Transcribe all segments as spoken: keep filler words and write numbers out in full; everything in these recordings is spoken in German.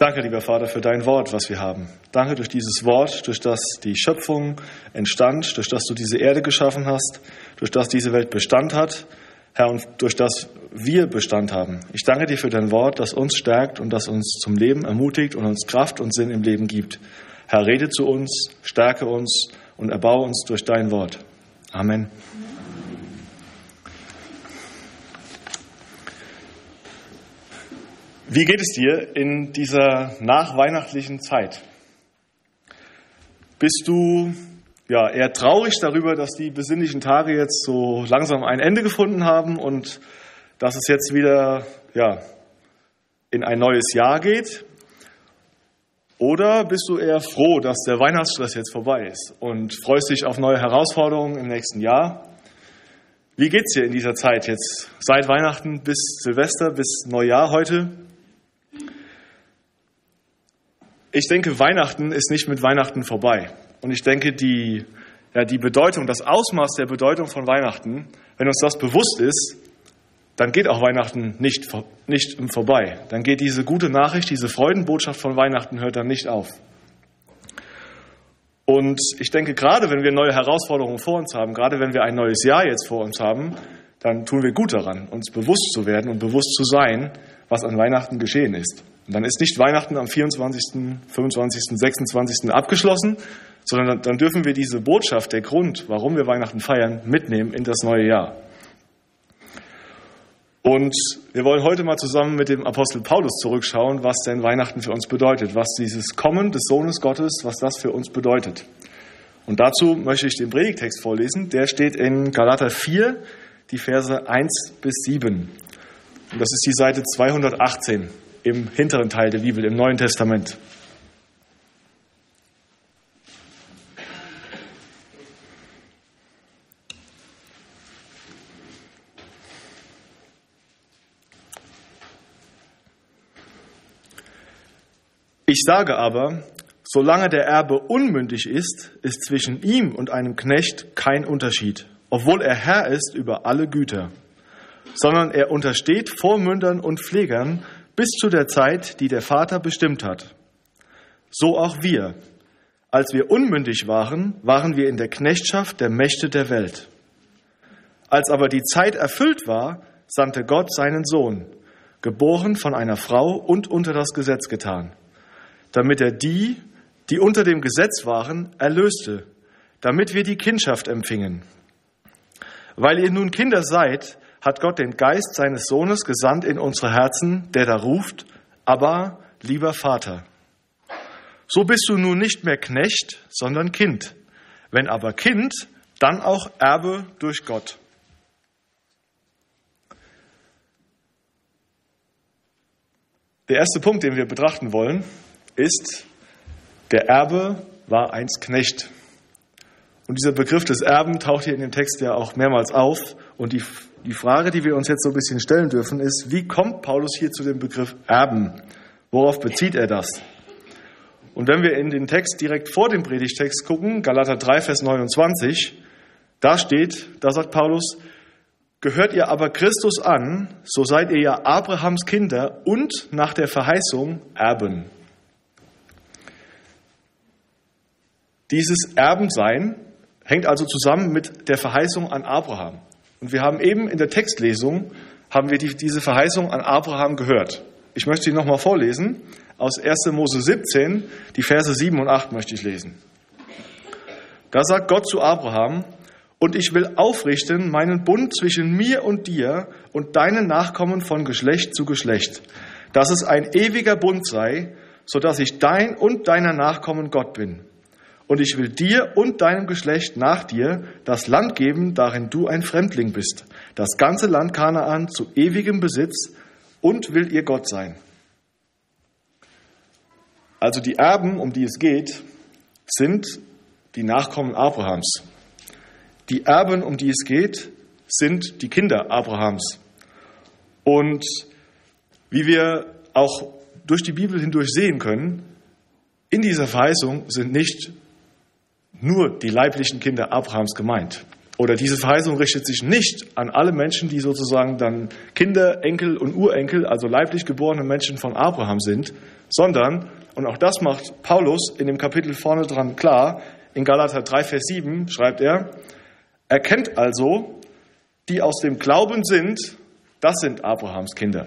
Danke, lieber Vater, für dein Wort, was wir haben. Danke durch dieses Wort, durch das die Schöpfung entstand, durch das du diese Erde geschaffen hast, durch das diese Welt Bestand hat, Herr, und durch das wir Bestand haben. Ich danke dir für dein Wort, das uns stärkt und das uns zum Leben ermutigt und uns Kraft und Sinn im Leben gibt. Herr, rede zu uns, stärke uns und erbaue uns durch dein Wort. Amen. Wie geht es dir in dieser nachweihnachtlichen Zeit? Bist du ja eher traurig darüber, dass die besinnlichen Tage jetzt so langsam ein Ende gefunden haben und dass es jetzt wieder ja, in ein neues Jahr geht? Oder bist du eher froh, dass der Weihnachtsstress jetzt vorbei ist und freust dich auf neue Herausforderungen im nächsten Jahr? Wie geht's dir in dieser Zeit jetzt seit Weihnachten bis Silvester, bis Neujahr heute? Ich denke, Weihnachten ist nicht mit Weihnachten vorbei. Und ich denke, die, ja, die Bedeutung, das Ausmaß der Bedeutung von Weihnachten, wenn uns das bewusst ist, dann geht auch Weihnachten nicht, nicht vorbei. Dann geht diese gute Nachricht, diese Freudenbotschaft von Weihnachten hört dann nicht auf. Und ich denke, gerade wenn wir neue Herausforderungen vor uns haben, gerade wenn wir ein neues Jahr jetzt vor uns haben, dann tun wir gut daran, uns bewusst zu werden und bewusst zu sein, was an Weihnachten geschehen ist. Und dann ist nicht Weihnachten am vierundzwanzigsten, fünfundzwanzigsten, sechsundzwanzigsten abgeschlossen, sondern dann dürfen wir diese Botschaft, der Grund, warum wir Weihnachten feiern, mitnehmen in das neue Jahr. Und wir wollen heute mal zusammen mit dem Apostel Paulus zurückschauen, was denn Weihnachten für uns bedeutet, was dieses Kommen des Sohnes Gottes, was das für uns bedeutet. Und dazu möchte ich den Predigtext vorlesen, der steht in Galater vier, die Verse eins bis sieben. Und das ist die Seite zweihundertachtzehn im hinteren Teil der Bibel, im Neuen Testament. Ich sage aber, solange der Erbe unmündig ist, ist zwischen ihm und einem Knecht kein Unterschied, obwohl er Herr ist über alle Güter, sondern er untersteht Vormündern und Pflegern bis zu der Zeit, die der Vater bestimmt hat. So auch wir. Als wir unmündig waren, waren wir in der Knechtschaft der Mächte der Welt. Als aber die Zeit erfüllt war, sandte Gott seinen Sohn, geboren von einer Frau und unter das Gesetz getan, damit er die, die unter dem Gesetz waren, erlöste, damit wir die Kindschaft empfingen. Weil ihr nun Kinder seid, hat Gott den Geist seines Sohnes gesandt in unsere Herzen, der da ruft, aber lieber Vater. So bist du nun nicht mehr Knecht, sondern Kind. Wenn aber Kind, dann auch Erbe durch Gott. Der erste Punkt, den wir betrachten wollen, ist, der Erbe war einst Knecht. Und dieser Begriff des Erben taucht hier in dem Text ja auch mehrmals auf. Und die, die Frage, die wir uns jetzt so ein bisschen stellen dürfen, ist, wie kommt Paulus hier zu dem Begriff Erben? Worauf bezieht er das? Und wenn wir in den Text direkt vor dem Predigtext gucken, Galater drei, Vers neunundzwanzig, da steht, da sagt Paulus, gehört ihr aber Christus an, so seid ihr ja Abrahams Kinder und nach der Verheißung Erben. Dieses Erbensein hängt also zusammen mit der Verheißung an Abraham. Und wir haben eben in der Textlesung, haben wir die, diese Verheißung an Abraham gehört. Ich möchte sie nochmal vorlesen. Aus erster Mose siebzehn, die Verse sieben und acht möchte ich lesen. Da sagt Gott zu Abraham, und ich will aufrichten meinen Bund zwischen mir und dir und deinen Nachkommen von Geschlecht zu Geschlecht, dass es ein ewiger Bund sei, sodass ich dein und deiner Nachkommen Gott bin. Und ich will dir und deinem Geschlecht nach dir das Land geben, darin du ein Fremdling bist, das ganze Land Kanaan zu ewigem Besitz, und will ihr Gott sein. Also die Erben, um die es geht, sind die Nachkommen Abrahams. Die Erben, um die es geht, sind die Kinder Abrahams. Und wie wir auch durch die Bibel hindurch sehen können, in dieser Verheißung sind nicht nur die leiblichen Kinder Abrahams gemeint. oder diese Verheißung richtet sich nicht an alle Menschen, die sozusagen dann Kinder, Enkel und Urenkel, also leiblich geborene Menschen von Abraham sind, sondern, und auch das macht Paulus in dem Kapitel vorne dran klar, in Galater drei, Vers sieben schreibt er, erkennt also, die aus dem Glauben sind, das sind Abrahams Kinder.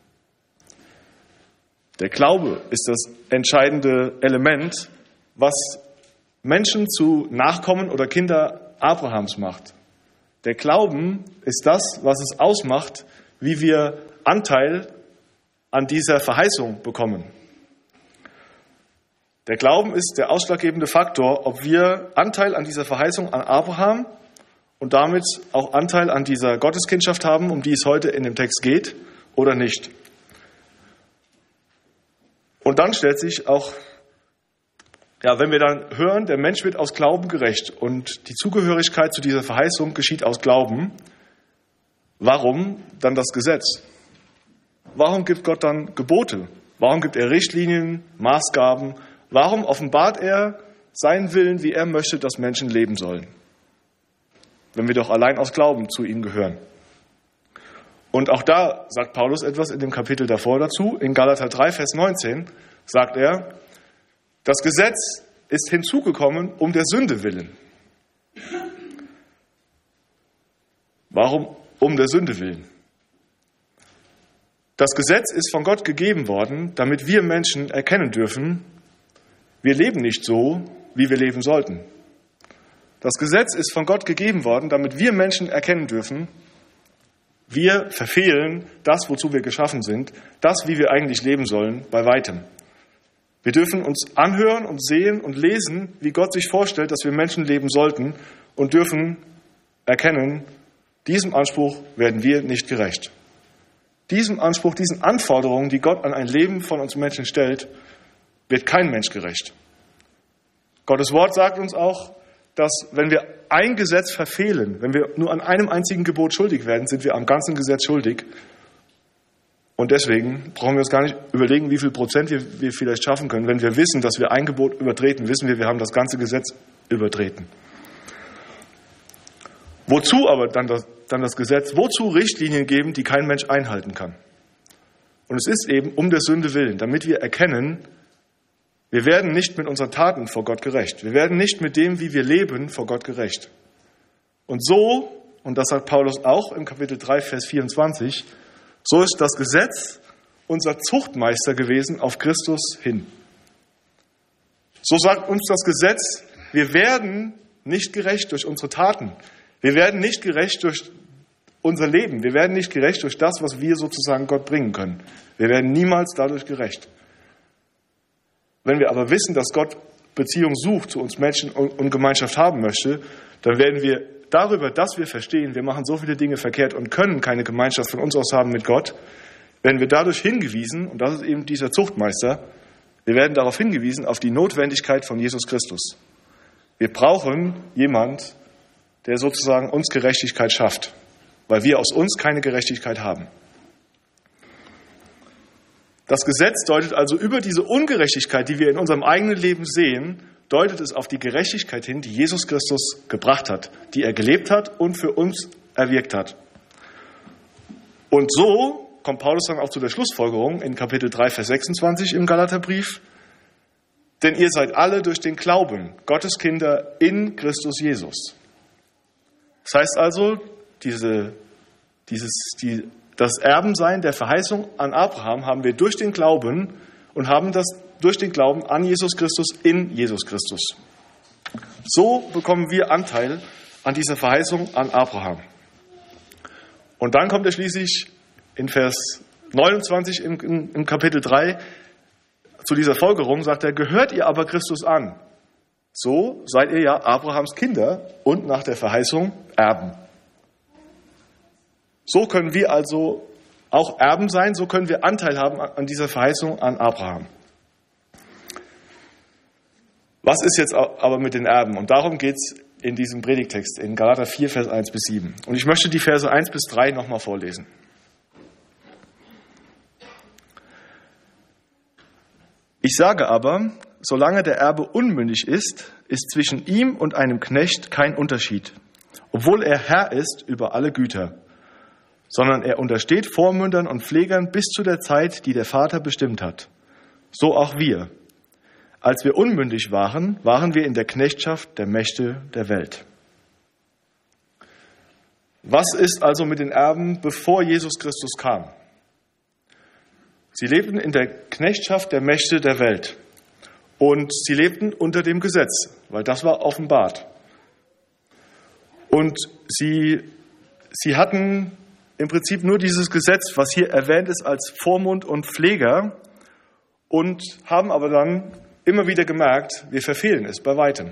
Der Glaube ist das entscheidende Element, was Menschen zu Nachkommen oder Kinder Abrahams macht. Der Glauben ist das, was es ausmacht, wie wir Anteil an dieser Verheißung bekommen. Der Glauben ist der ausschlaggebende Faktor, ob wir Anteil an dieser Verheißung an Abraham und damit auch Anteil an dieser Gotteskindschaft haben, um die es heute in dem Text geht, oder nicht. Und dann stellt sich auch, ja, wenn wir dann hören, der Mensch wird aus Glauben gerecht und die Zugehörigkeit zu dieser Verheißung geschieht aus Glauben, warum dann das Gesetz? Warum gibt Gott dann Gebote? Warum gibt er Richtlinien, Maßgaben? Warum offenbart er seinen Willen, wie er möchte, dass Menschen leben sollen? Wenn wir doch allein aus Glauben zu ihm gehören. Und auch da sagt Paulus etwas in dem Kapitel davor dazu. In Galater drei, Vers neunzehn sagt er, das Gesetz ist hinzugekommen um der Sünde willen. Warum um der Sünde willen? Das Gesetz ist von Gott gegeben worden, damit wir Menschen erkennen dürfen, wir leben nicht so, wie wir leben sollten. Das Gesetz ist von Gott gegeben worden, damit wir Menschen erkennen dürfen, wir verfehlen das, wozu wir geschaffen sind, das, wie wir eigentlich leben sollen, bei weitem. Wir dürfen uns anhören und sehen und lesen, wie Gott sich vorstellt, dass wir Menschen leben sollten und dürfen erkennen, diesem Anspruch werden wir nicht gerecht. Diesem Anspruch, diesen Anforderungen, die Gott an ein Leben von uns Menschen stellt, wird kein Mensch gerecht. Gottes Wort sagt uns auch, dass wenn wir ein Gesetz verfehlen, wenn wir nur an einem einzigen Gebot schuldig werden, sind wir am ganzen Gesetz schuldig. Und deswegen brauchen wir uns gar nicht überlegen, wie viel Prozent wir, wir vielleicht schaffen können. Wenn wir wissen, dass wir ein Gebot übertreten, wissen wir, wir haben das ganze Gesetz übertreten. Wozu aber dann das, dann das Gesetz? Wozu Richtlinien geben, die kein Mensch einhalten kann? Und es ist eben um der Sünde willen, damit wir erkennen, wir werden nicht mit unseren Taten vor Gott gerecht. Wir werden nicht mit dem, wie wir leben, vor Gott gerecht. Und so, und das sagt Paulus auch im Kapitel drei, Vers vierundzwanzig, so ist das Gesetz unser Zuchtmeister gewesen auf Christus hin. So sagt uns das Gesetz, wir werden nicht gerecht durch unsere Taten. Wir werden nicht gerecht durch unser Leben. Wir werden nicht gerecht durch das, was wir sozusagen Gott bringen können. Wir werden niemals dadurch gerecht. Wenn wir aber wissen, dass Gott Beziehung sucht zu uns Menschen und Gemeinschaft haben möchte, dann werden wir darüber, dass wir verstehen, wir machen so viele Dinge verkehrt und können keine Gemeinschaft von uns aus haben mit Gott, werden wir dadurch hingewiesen, und das ist eben dieser Zuchtmeister, wir werden darauf hingewiesen, auf die Notwendigkeit von Jesus Christus. Wir brauchen jemand, der sozusagen uns Gerechtigkeit schafft, weil wir aus uns keine Gerechtigkeit haben. Das Gesetz deutet also über diese Ungerechtigkeit, die wir in unserem eigenen Leben sehen, deutet es auf die Gerechtigkeit hin, die Jesus Christus gebracht hat, die er gelebt hat und für uns erwirkt hat. Und so kommt Paulus dann auch zu der Schlussfolgerung in Kapitel drei, Vers sechsundzwanzig im Galaterbrief, denn ihr seid alle durch den Glauben Gottes Kinder in Christus Jesus. Das heißt also, diese, dieses, die, das Erbensein der Verheißung an Abraham haben wir durch den Glauben und haben das durch den Glauben an Jesus Christus in Jesus Christus. So bekommen wir Anteil an dieser Verheißung an Abraham. Und dann kommt er schließlich in Vers neunundzwanzig im, im, im Kapitel drei zu dieser Folgerung, sagt er, gehört ihr aber Christus an, so seid ihr ja Abrahams Kinder und nach der Verheißung Erben. So können wir also auch Erben sein, so können wir Anteil haben an dieser Verheißung an Abraham. Was ist jetzt aber mit den Erben? Und darum geht es in diesem Predigtext, in Galater vier, Vers eins bis sieben. Und ich möchte die Verse eins bis drei nochmal vorlesen. Ich sage aber, solange der Erbe unmündig ist, ist zwischen ihm und einem Knecht kein Unterschied. obwohl er Herr ist über alle Güter, sondern er untersteht Vormündern und Pflegern bis zu der Zeit, die der Vater bestimmt hat. So auch wir. Als wir unmündig waren, waren wir in der Knechtschaft der Mächte der Welt. Was ist also mit den Erben, bevor Jesus Christus kam? Sie lebten in der Knechtschaft der Mächte der Welt und sie lebten unter dem Gesetz, weil das war offenbart. Und sie, sie hatten im Prinzip nur dieses Gesetz, was hier erwähnt ist als Vormund und Pfleger, und haben aber dann immer wieder gemerkt, wir verfehlen es bei weitem.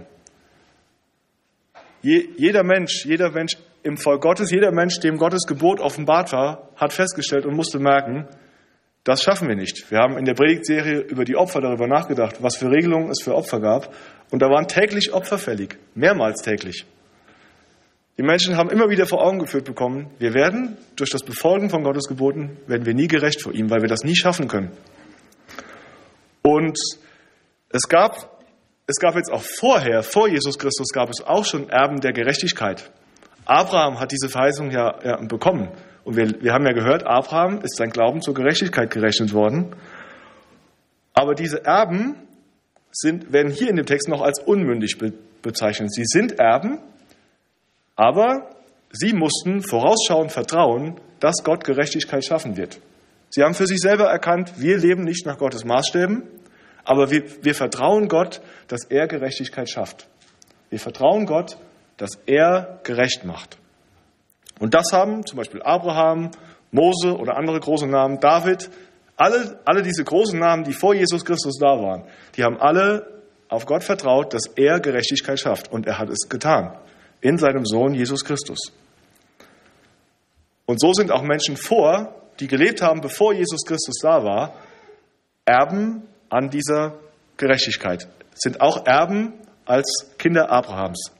Je, jeder Mensch, jeder Mensch im Volk Gottes, jeder Mensch, dem Gottes Gebot offenbart war, hat festgestellt und musste merken, das schaffen wir nicht. Wir haben in der Predigtserie über die Opfer darüber nachgedacht, was für Regelungen es für Opfer gab. Und da waren täglich Opfer fällig, mehrmals täglich. Die Menschen haben immer wieder vor Augen geführt bekommen, wir werden durch das Befolgen von Gottes Geboten, werden wir nie gerecht vor ihm, weil wir das nie schaffen können. Und es gab, es gab jetzt auch vorher, vor Jesus Christus, gab es auch schon Erben der Gerechtigkeit. Abraham hat diese Verheißung ja, ja bekommen. Und wir, wir haben ja gehört, Abraham ist sein Glauben zur Gerechtigkeit gerechnet worden. Aber diese Erben sind, werden hier in dem Text noch als unmündig be- bezeichnet. Sie sind Erben, aber sie mussten vorausschauend vertrauen, dass Gott Gerechtigkeit schaffen wird. Sie haben für sich selber erkannt, wir leben nicht nach Gottes Maßstäben, aber wir, wir vertrauen Gott, dass er Gerechtigkeit schafft. Wir vertrauen Gott, dass er gerecht macht. Und das haben zum Beispiel Abraham, Mose oder andere große Namen, David, alle, alle diese großen Namen, die vor Jesus Christus da waren, die haben alle auf Gott vertraut, dass er Gerechtigkeit schafft. Und er hat es getan. In seinem Sohn Jesus Christus. Und so sind auch Menschen vor, die gelebt haben, bevor Jesus Christus da war, Erben an dieser Gerechtigkeit, sind auch Erben als Kinder Abrahams.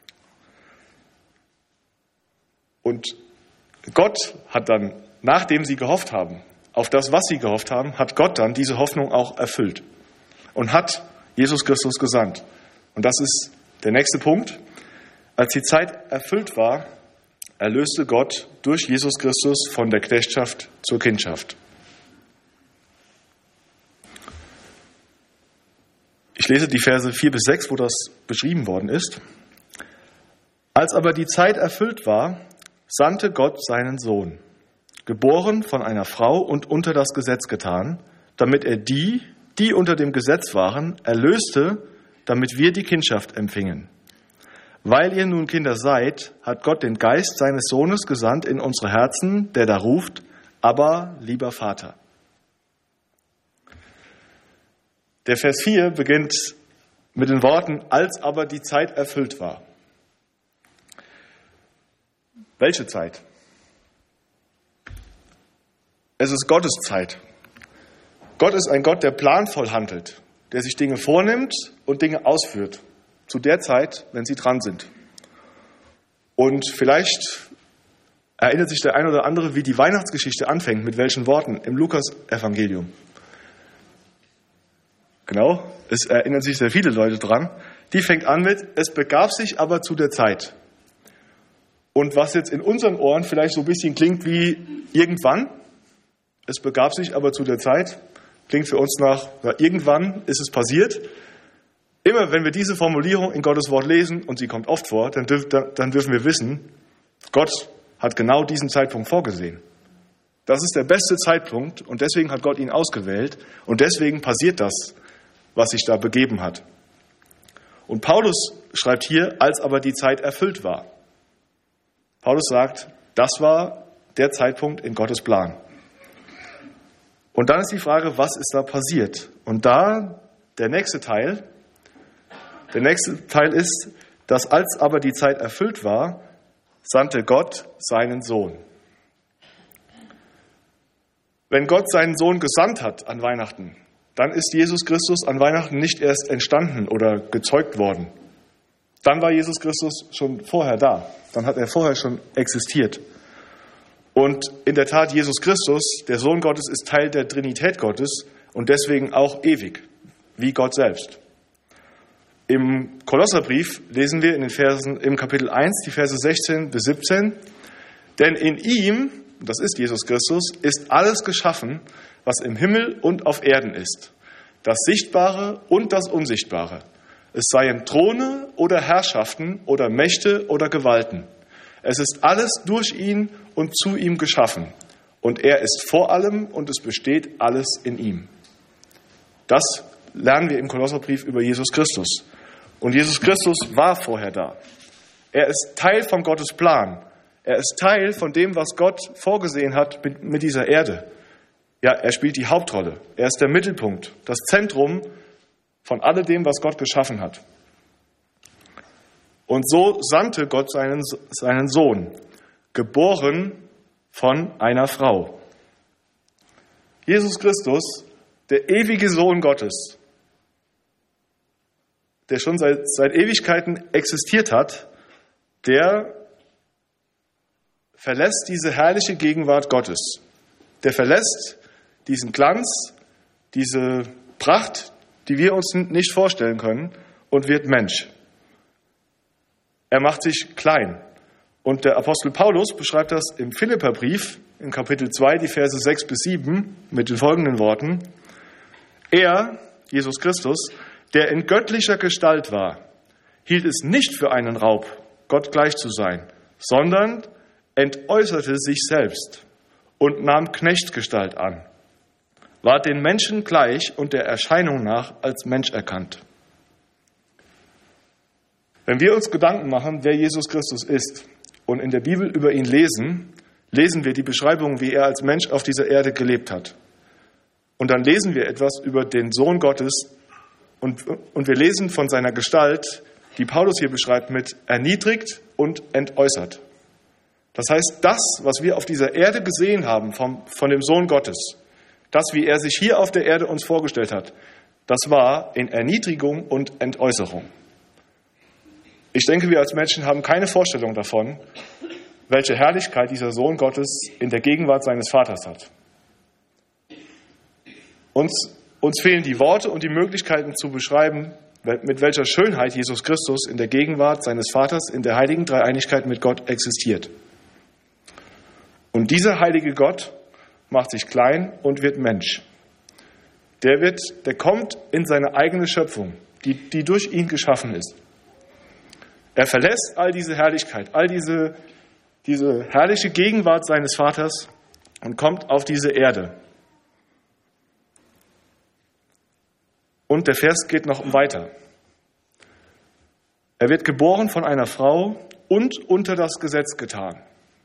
Und Gott hat dann, nachdem sie gehofft haben, auf das, was sie gehofft haben, hat Gott dann diese Hoffnung auch erfüllt und hat Jesus Christus gesandt. Und das ist der nächste Punkt. Als die Zeit erfüllt war, erlöste Gott durch Jesus Christus von der Knechtschaft zur Kindschaft. Ich lese die Verse vier bis sechs, wo das beschrieben worden ist. Als aber die Zeit erfüllt war, sandte Gott seinen Sohn, geboren von einer Frau und unter das Gesetz getan, damit er die, die unter dem Gesetz waren, erlöste, damit wir die Kindschaft empfingen. Weil ihr nun Kinder seid, hat Gott den Geist seines Sohnes gesandt in unsere Herzen, der da ruft, aber lieber Vater. Der Vers vier beginnt mit den Worten, als aber die Zeit erfüllt war. Welche Zeit? Es ist Gottes Zeit. Gott ist ein Gott, der planvoll handelt, der sich Dinge vornimmt und Dinge ausführt. Zu der Zeit, wenn sie dran sind. Und vielleicht erinnert sich der eine oder andere, wie die Weihnachtsgeschichte anfängt, mit welchen Worten im Lukas-Evangelium. Genau, es erinnern sich sehr viele Leute dran. Die fängt an mit, es begab sich aber zu der Zeit. Und was jetzt in unseren Ohren vielleicht so ein bisschen klingt wie irgendwann, es begab sich aber zu der Zeit, klingt für uns nach, ja, irgendwann ist es passiert. Immer wenn wir diese Formulierung in Gottes Wort lesen, und sie kommt oft vor, dann, dürf, dann, dann dürfen wir wissen, Gott hat genau diesen Zeitpunkt vorgesehen. Das ist der beste Zeitpunkt und deswegen hat Gott ihn ausgewählt und deswegen passiert das, was sich da begeben hat. Und Paulus schreibt hier, als aber die Zeit erfüllt war. Paulus sagt, das war der Zeitpunkt in Gottes Plan. Und dann ist die Frage, was ist da passiert? Und da der nächste Teil, der nächste Teil ist, dass als aber die Zeit erfüllt war, sandte Gott seinen Sohn. Wenn Gott seinen Sohn gesandt hat an Weihnachten, dann ist Jesus Christus an Weihnachten nicht erst entstanden oder gezeugt worden. Dann war Jesus Christus schon vorher da. Dann hat er vorher schon existiert. Und in der Tat, Jesus Christus, der Sohn Gottes, ist Teil der Trinität Gottes und deswegen auch ewig, wie Gott selbst. Im Kolosserbrief lesen wir in den Versen, im Kapitel eins, die Verse sechzehn bis siebzehn, denn in ihm, das ist Jesus Christus, ist alles geschaffen, was im Himmel und auf Erden ist, das Sichtbare und das Unsichtbare. Es seien Throne oder Herrschaften oder Mächte oder Gewalten. Es ist alles durch ihn und zu ihm geschaffen. Und er ist vor allem und es besteht alles in ihm. Das lernen wir im Kolosserbrief über Jesus Christus. Und Jesus Christus war vorher da. Er ist Teil von Gottes Plan. Er ist Teil von dem, was Gott vorgesehen hat mit, mit dieser Erde. Ja, er spielt die Hauptrolle. Er ist der Mittelpunkt, das Zentrum von alledem, was Gott geschaffen hat. Und so sandte Gott seinen, seinen Sohn, geboren von einer Frau. Jesus Christus, der ewige Sohn Gottes, der schon seit, seit Ewigkeiten existiert hat, der verlässt diese herrliche Gegenwart Gottes. Der verlässt diesen Glanz, diese Pracht, die wir uns nicht vorstellen können, und wird Mensch. Er macht sich klein. Und der Apostel Paulus beschreibt das im Philipperbrief, in Kapitel zwei, die Verse sechs bis sieben, mit den folgenden Worten. Er, Jesus Christus, der in göttlicher Gestalt war, hielt es nicht für einen Raub, Gott gleich zu sein, sondern entäußerte sich selbst und nahm Knechtsgestalt an, ward den Menschen gleich und der Erscheinung nach als Mensch erkannt. Wenn wir uns Gedanken machen, wer Jesus Christus ist und in der Bibel über ihn lesen, lesen wir die Beschreibung, wie er als Mensch auf dieser Erde gelebt hat. Und dann lesen wir etwas über den Sohn Gottes und, und wir lesen von seiner Gestalt, die Paulus hier beschreibt, mit erniedrigt und entäußert. Das heißt, das, was wir auf dieser Erde gesehen haben vom, von dem Sohn Gottes, das, wie er sich hier auf der Erde uns vorgestellt hat, das war in Erniedrigung und Entäußerung. Ich denke, wir als Menschen haben keine Vorstellung davon, welche Herrlichkeit dieser Sohn Gottes in der Gegenwart seines Vaters hat. Uns, uns fehlen die Worte und die Möglichkeiten zu beschreiben, mit welcher Schönheit Jesus Christus in der Gegenwart seines Vaters in der heiligen Dreieinigkeit mit Gott existiert. Und dieser heilige Gott macht sich klein und wird Mensch. Der wird, der kommt in seine eigene Schöpfung, die, die durch ihn geschaffen ist. Er verlässt all diese Herrlichkeit, all diese, diese herrliche Gegenwart seines Vaters und kommt auf diese Erde. Und der Vers geht noch weiter. Er wird geboren von einer Frau und unter das Gesetz getan.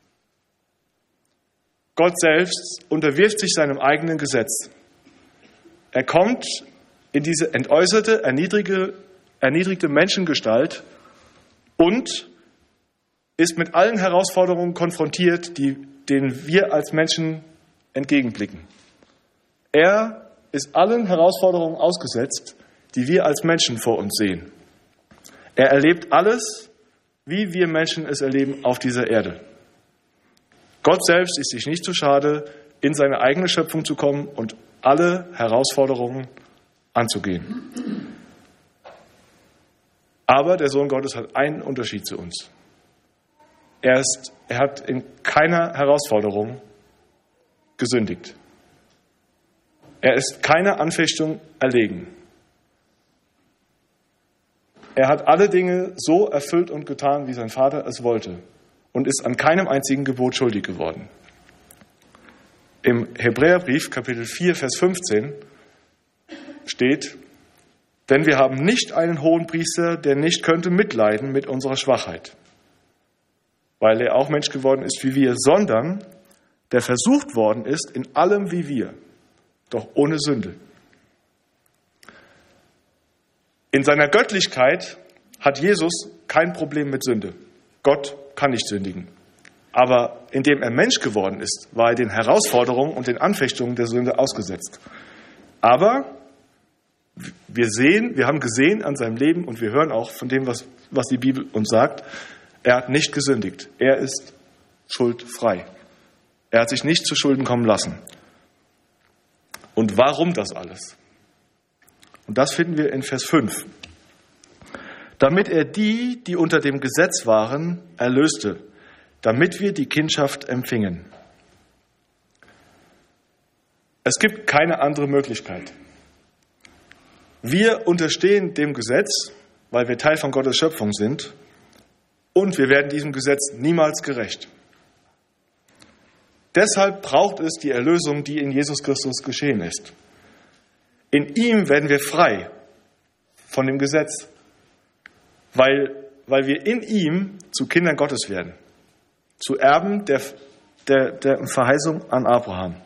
Gott selbst unterwirft sich seinem eigenen Gesetz. Er kommt in diese entäußerte, erniedrigte, erniedrigte Menschengestalt und ist mit allen Herausforderungen konfrontiert, die, denen wir als Menschen entgegenblicken. Er ist allen Herausforderungen ausgesetzt, die wir als Menschen vor uns sehen. Er erlebt alles, wie wir Menschen es erleben auf dieser Erde. Gott selbst ist sich nicht zu schade, in seine eigene Schöpfung zu kommen und alle Herausforderungen anzugehen. Aber der Sohn Gottes hat einen Unterschied zu uns. Er, ist, er hat in keiner Herausforderung gesündigt. Er ist keiner Anfechtung erlegen. Er hat alle Dinge so erfüllt und getan, wie sein Vater es wollte und ist an keinem einzigen Gebot schuldig geworden. Im Hebräerbrief, Kapitel vier, Vers fünfzehn steht, denn wir haben nicht einen Hohenpriester, der nicht könnte mitleiden mit unserer Schwachheit, weil er auch Mensch geworden ist wie wir, sondern der versucht worden ist in allem wie wir, doch ohne Sünde. In seiner Göttlichkeit hat Jesus kein Problem mit Sünde. Gott kann nicht sündigen. Aber indem er Mensch geworden ist, war er den Herausforderungen und den Anfechtungen der Sünde ausgesetzt. Aber wir sehen, wir haben gesehen an seinem Leben und wir hören auch von dem, was, was die Bibel uns sagt, er hat nicht gesündigt. Er ist schuldfrei. Er hat sich nicht zu Schulden kommen lassen. Und warum das alles? Und das finden wir in Vers fünf. damit er die, die unter dem Gesetz waren, erlöste, damit wir die Kindschaft empfingen. Es gibt keine andere Möglichkeit. Wir unterstehen dem Gesetz, weil wir Teil von Gottes Schöpfung sind, und wir werden diesem Gesetz niemals gerecht. Deshalb braucht es die Erlösung, die in Jesus Christus geschehen ist. In ihm werden wir frei von dem Gesetz, weil, weil wir in ihm zu Kindern Gottes werden, zu Erben der, der, der Verheißung an Abraham.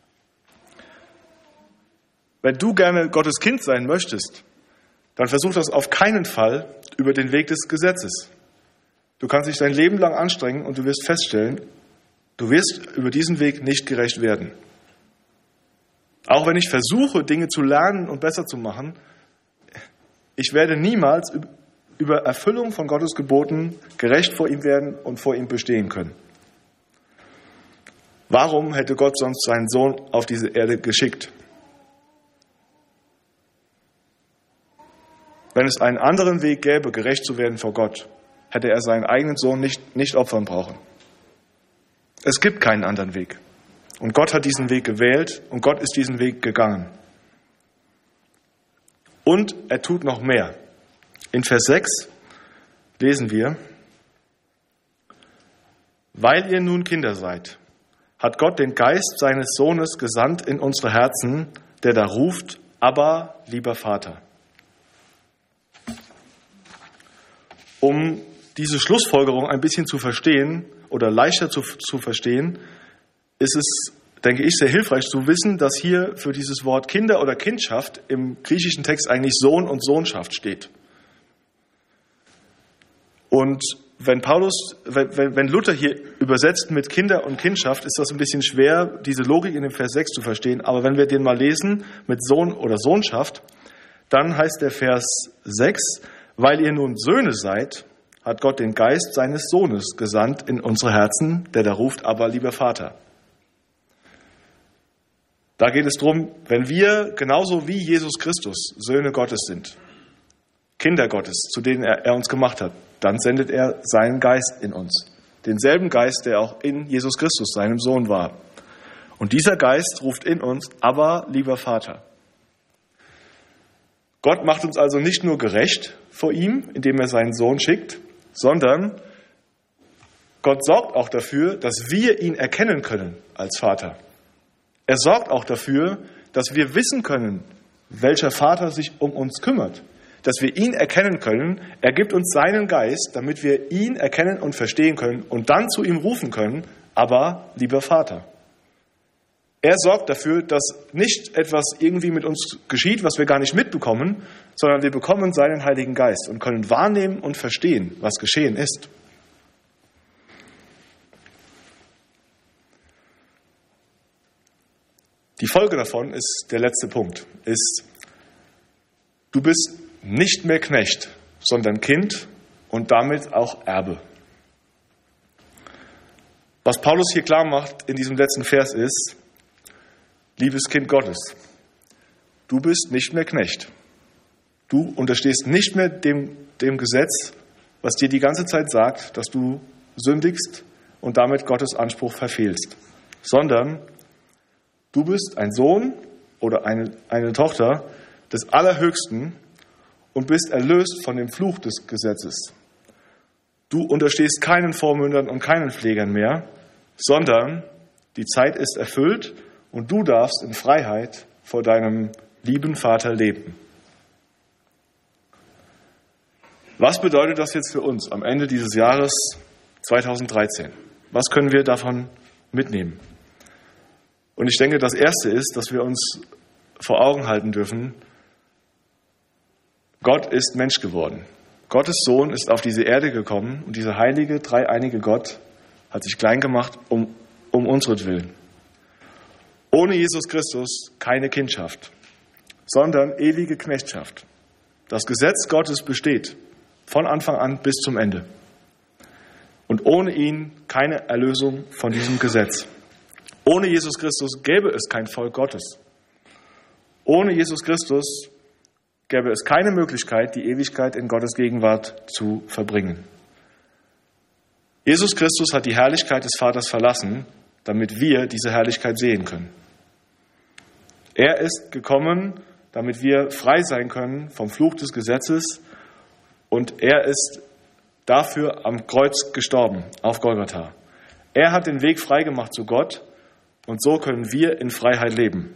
Wenn du gerne Gottes Kind sein möchtest, dann versuch das auf keinen Fall über den Weg des Gesetzes. Du kannst dich dein Leben lang anstrengen und du wirst feststellen, du wirst über diesen Weg nicht gerecht werden. Auch wenn ich versuche, Dinge zu lernen und besser zu machen, ich werde niemals über Erfüllung von Gottes Geboten gerecht vor ihm werden und vor ihm bestehen können. Warum hätte Gott sonst seinen Sohn auf diese Erde geschickt? Wenn es einen anderen Weg gäbe, gerecht zu werden vor Gott, hätte er seinen eigenen Sohn nicht, nicht opfern brauchen. Es gibt keinen anderen Weg. Und Gott hat diesen Weg gewählt und Gott ist diesen Weg gegangen. Und er tut noch mehr. In Vers sechs lesen wir: Weil ihr nun Kinder seid, hat Gott den Geist seines Sohnes gesandt in unsere Herzen, der da ruft: Abba, lieber Vater. Um diese Schlussfolgerung ein bisschen zu verstehen oder leichter zu, zu verstehen, ist es, denke ich, sehr hilfreich zu wissen, dass hier für dieses Wort Kinder oder Kindschaft im griechischen Text eigentlich Sohn und Sohnschaft steht. Und wenn Paulus, wenn, wenn Luther hier übersetzt mit Kinder und Kindschaft, ist das ein bisschen schwer, diese Logik in dem Vers sechs zu verstehen. Aber wenn wir den mal lesen mit Sohn oder Sohnschaft, dann heißt der Vers sechs: Weil ihr nun Söhne seid, hat Gott den Geist seines Sohnes gesandt in unsere Herzen, der da ruft: Aber, lieber Vater. Da geht es darum, wenn wir genauso wie Jesus Christus Söhne Gottes sind, Kinder Gottes, zu denen er, er uns gemacht hat, dann sendet er seinen Geist in uns. Denselben Geist, der auch in Jesus Christus, seinem Sohn, war. Und dieser Geist ruft in uns: Aber, lieber Vater. Gott macht uns also nicht nur gerecht vor ihm, indem er seinen Sohn schickt, sondern Gott sorgt auch dafür, dass wir ihn erkennen können als Vater. Er sorgt auch dafür, dass wir wissen können, welcher Vater sich um uns kümmert. Dass wir ihn erkennen können. Er gibt uns seinen Geist, damit wir ihn erkennen und verstehen können und dann zu ihm rufen können: Aber, lieber Vater. Er sorgt dafür, dass nicht etwas irgendwie mit uns geschieht, was wir gar nicht mitbekommen, sondern wir bekommen seinen Heiligen Geist und können wahrnehmen und verstehen, was geschehen ist. Die Folge davon ist der letzte Punkt, ist: Du bist nicht mehr Knecht, sondern Kind und damit auch Erbe. Was Paulus hier klar macht in diesem letzten Vers ist: Liebes Kind Gottes, du bist nicht mehr Knecht. Du unterstehst nicht mehr dem, dem Gesetz, was dir die ganze Zeit sagt, dass du sündigst und damit Gottes Anspruch verfehlst, sondern du bist ein Sohn oder eine, eine Tochter des Allerhöchsten und bist erlöst von dem Fluch des Gesetzes. Du unterstehst keinen Vormündern und keinen Pflegern mehr, sondern die Zeit ist erfüllt und du darfst in Freiheit vor deinem lieben Vater leben. Was bedeutet das jetzt für uns am Ende dieses Jahres zweitausenddreizehn? Was können wir davon mitnehmen? Und ich denke, das Erste ist, dass wir uns vor Augen halten dürfen: Gott ist Mensch geworden. Gottes Sohn ist auf diese Erde gekommen und dieser heilige, dreieinige Gott hat sich klein gemacht um, um unsretwillen. Ohne Jesus Christus keine Kindschaft, sondern ewige Knechtschaft. Das Gesetz Gottes besteht von Anfang an bis zum Ende. Und ohne ihn keine Erlösung von diesem Gesetz. Ohne Jesus Christus gäbe es kein Volk Gottes. Ohne Jesus Christus gäbe es keine Möglichkeit, die Ewigkeit in Gottes Gegenwart zu verbringen. Jesus Christus hat die Herrlichkeit des Vaters verlassen, damit wir diese Herrlichkeit sehen können. Er ist gekommen, damit wir frei sein können vom Fluch des Gesetzes, und er ist dafür am Kreuz gestorben, auf Golgatha. Er hat den Weg freigemacht zu Gott, und so können wir in Freiheit leben.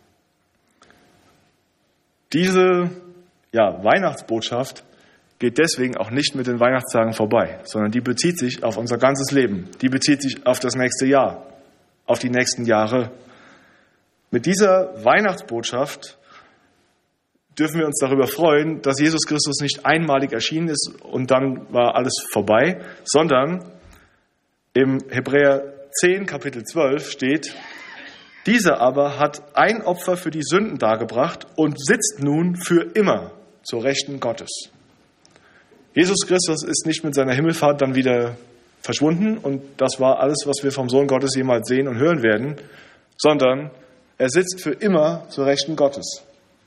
Diese ja, Weihnachtsbotschaft geht deswegen auch nicht mit den Weihnachtstagen vorbei, sondern die bezieht sich auf unser ganzes Leben. Die bezieht sich auf das nächste Jahr, auf die nächsten Jahre. Mit dieser Weihnachtsbotschaft dürfen wir uns darüber freuen, dass Jesus Christus nicht einmalig erschienen ist und dann war alles vorbei, sondern im Hebräer zehn, Kapitel zwölf steht: Dieser aber hat ein Opfer für die Sünden dargebracht und sitzt nun für immer zur Rechten Gottes. Jesus Christus ist nicht mit seiner Himmelfahrt dann wieder verschwunden und das war alles, was wir vom Sohn Gottes jemals sehen und hören werden, sondern er sitzt für immer zur Rechten Gottes.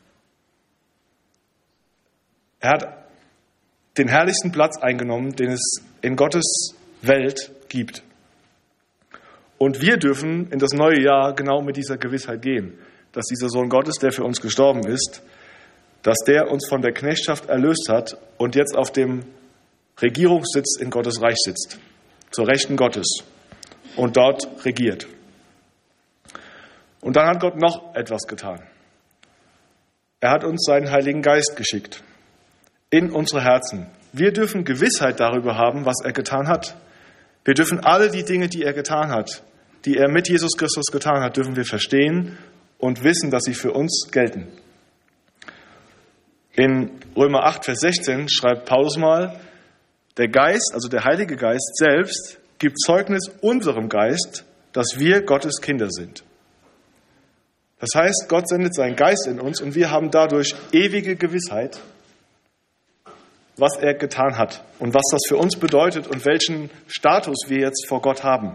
Er hat den herrlichsten Platz eingenommen, den es in Gottes Welt gibt. Und wir dürfen in das neue Jahr genau mit dieser Gewissheit gehen, dass dieser Sohn Gottes, der für uns gestorben ist, dass der uns von der Knechtschaft erlöst hat und jetzt auf dem Regierungssitz in Gottes Reich sitzt, zur Rechten Gottes und dort regiert. Und dann hat Gott noch etwas getan. Er hat uns seinen Heiligen Geist geschickt in unsere Herzen. Wir dürfen Gewissheit darüber haben, was er getan hat. Wir dürfen alle die Dinge, die er getan hat, die er mit Jesus Christus getan hat, dürfen wir verstehen und wissen, dass sie für uns gelten. In Römer acht, Vers sechzehn schreibt Paulus mal: Der Geist, also der Heilige Geist selbst, gibt Zeugnis unserem Geist, dass wir Gottes Kinder sind. Das heißt, Gott sendet seinen Geist in uns und wir haben dadurch ewige Gewissheit, was er getan hat und was das für uns bedeutet und welchen Status wir jetzt vor Gott haben.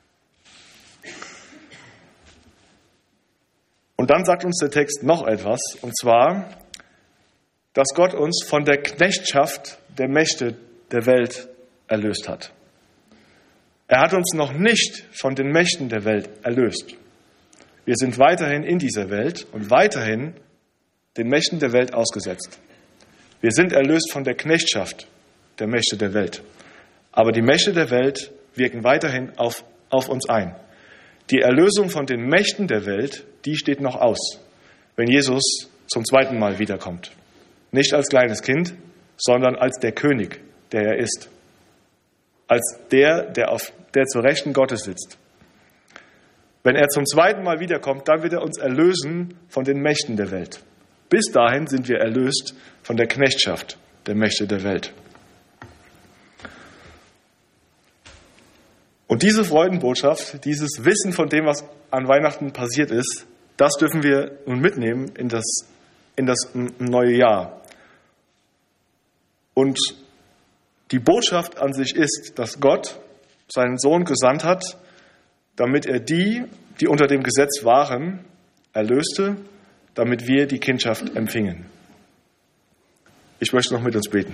Und dann sagt uns der Text noch etwas, und zwar, dass Gott uns von der Knechtschaft der Mächte der Welt erlöst hat. Er hat uns noch nicht von den Mächten der Welt erlöst. Wir sind weiterhin in dieser Welt und weiterhin den Mächten der Welt ausgesetzt. Wir sind erlöst von der Knechtschaft der Mächte der Welt. Aber die Mächte der Welt wirken weiterhin auf, auf uns ein. Die Erlösung von den Mächten der Welt, die steht noch aus, wenn Jesus zum zweiten Mal wiederkommt. Nicht als kleines Kind, sondern als der König, der er ist. Als der, der, auf, der zur Rechten Gottes sitzt. Wenn er zum zweiten Mal wiederkommt, dann wird er uns erlösen von den Mächten der Welt. Bis dahin sind wir erlöst von der Knechtschaft der Mächte der Welt. Und diese Freudenbotschaft, dieses Wissen von dem, was an Weihnachten passiert ist, das dürfen wir nun mitnehmen in das, in das neue Jahr. Und die Botschaft an sich ist, dass Gott seinen Sohn gesandt hat, damit er die, die unter dem Gesetz waren, erlöste, damit wir die Kindschaft empfingen. Ich möchte noch mit uns beten.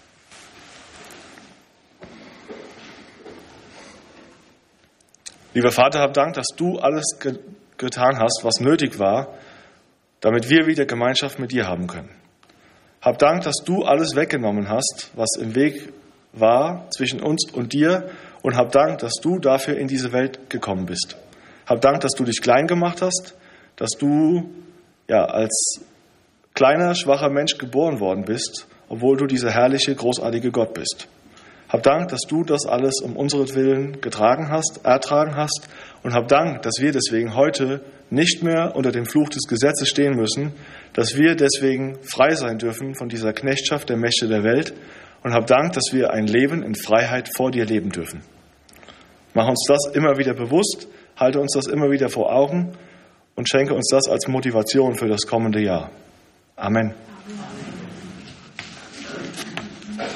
Lieber Vater, hab Dank, dass du alles ge- getan hast, was nötig war, damit wir wieder Gemeinschaft mit dir haben können. Hab Dank, dass du alles weggenommen hast, was im Weg war zwischen uns und dir, und hab Dank, dass du dafür in diese Welt gekommen bist. Hab Dank, dass du dich klein gemacht hast, dass du ja als kleiner, schwacher Mensch geboren worden bist, obwohl du dieser herrliche, großartige Gott bist. Hab Dank, dass du das alles um unseretwillen getragen hast, ertragen hast, und hab Dank, dass wir deswegen heute nicht mehr unter dem Fluch des Gesetzes stehen müssen, dass wir deswegen frei sein dürfen von dieser Knechtschaft der Mächte der Welt, und hab Dank, dass wir ein Leben in Freiheit vor dir leben dürfen. Mach uns das immer wieder bewusst, halte uns das immer wieder vor Augen und schenke uns das als Motivation für das kommende Jahr. Amen.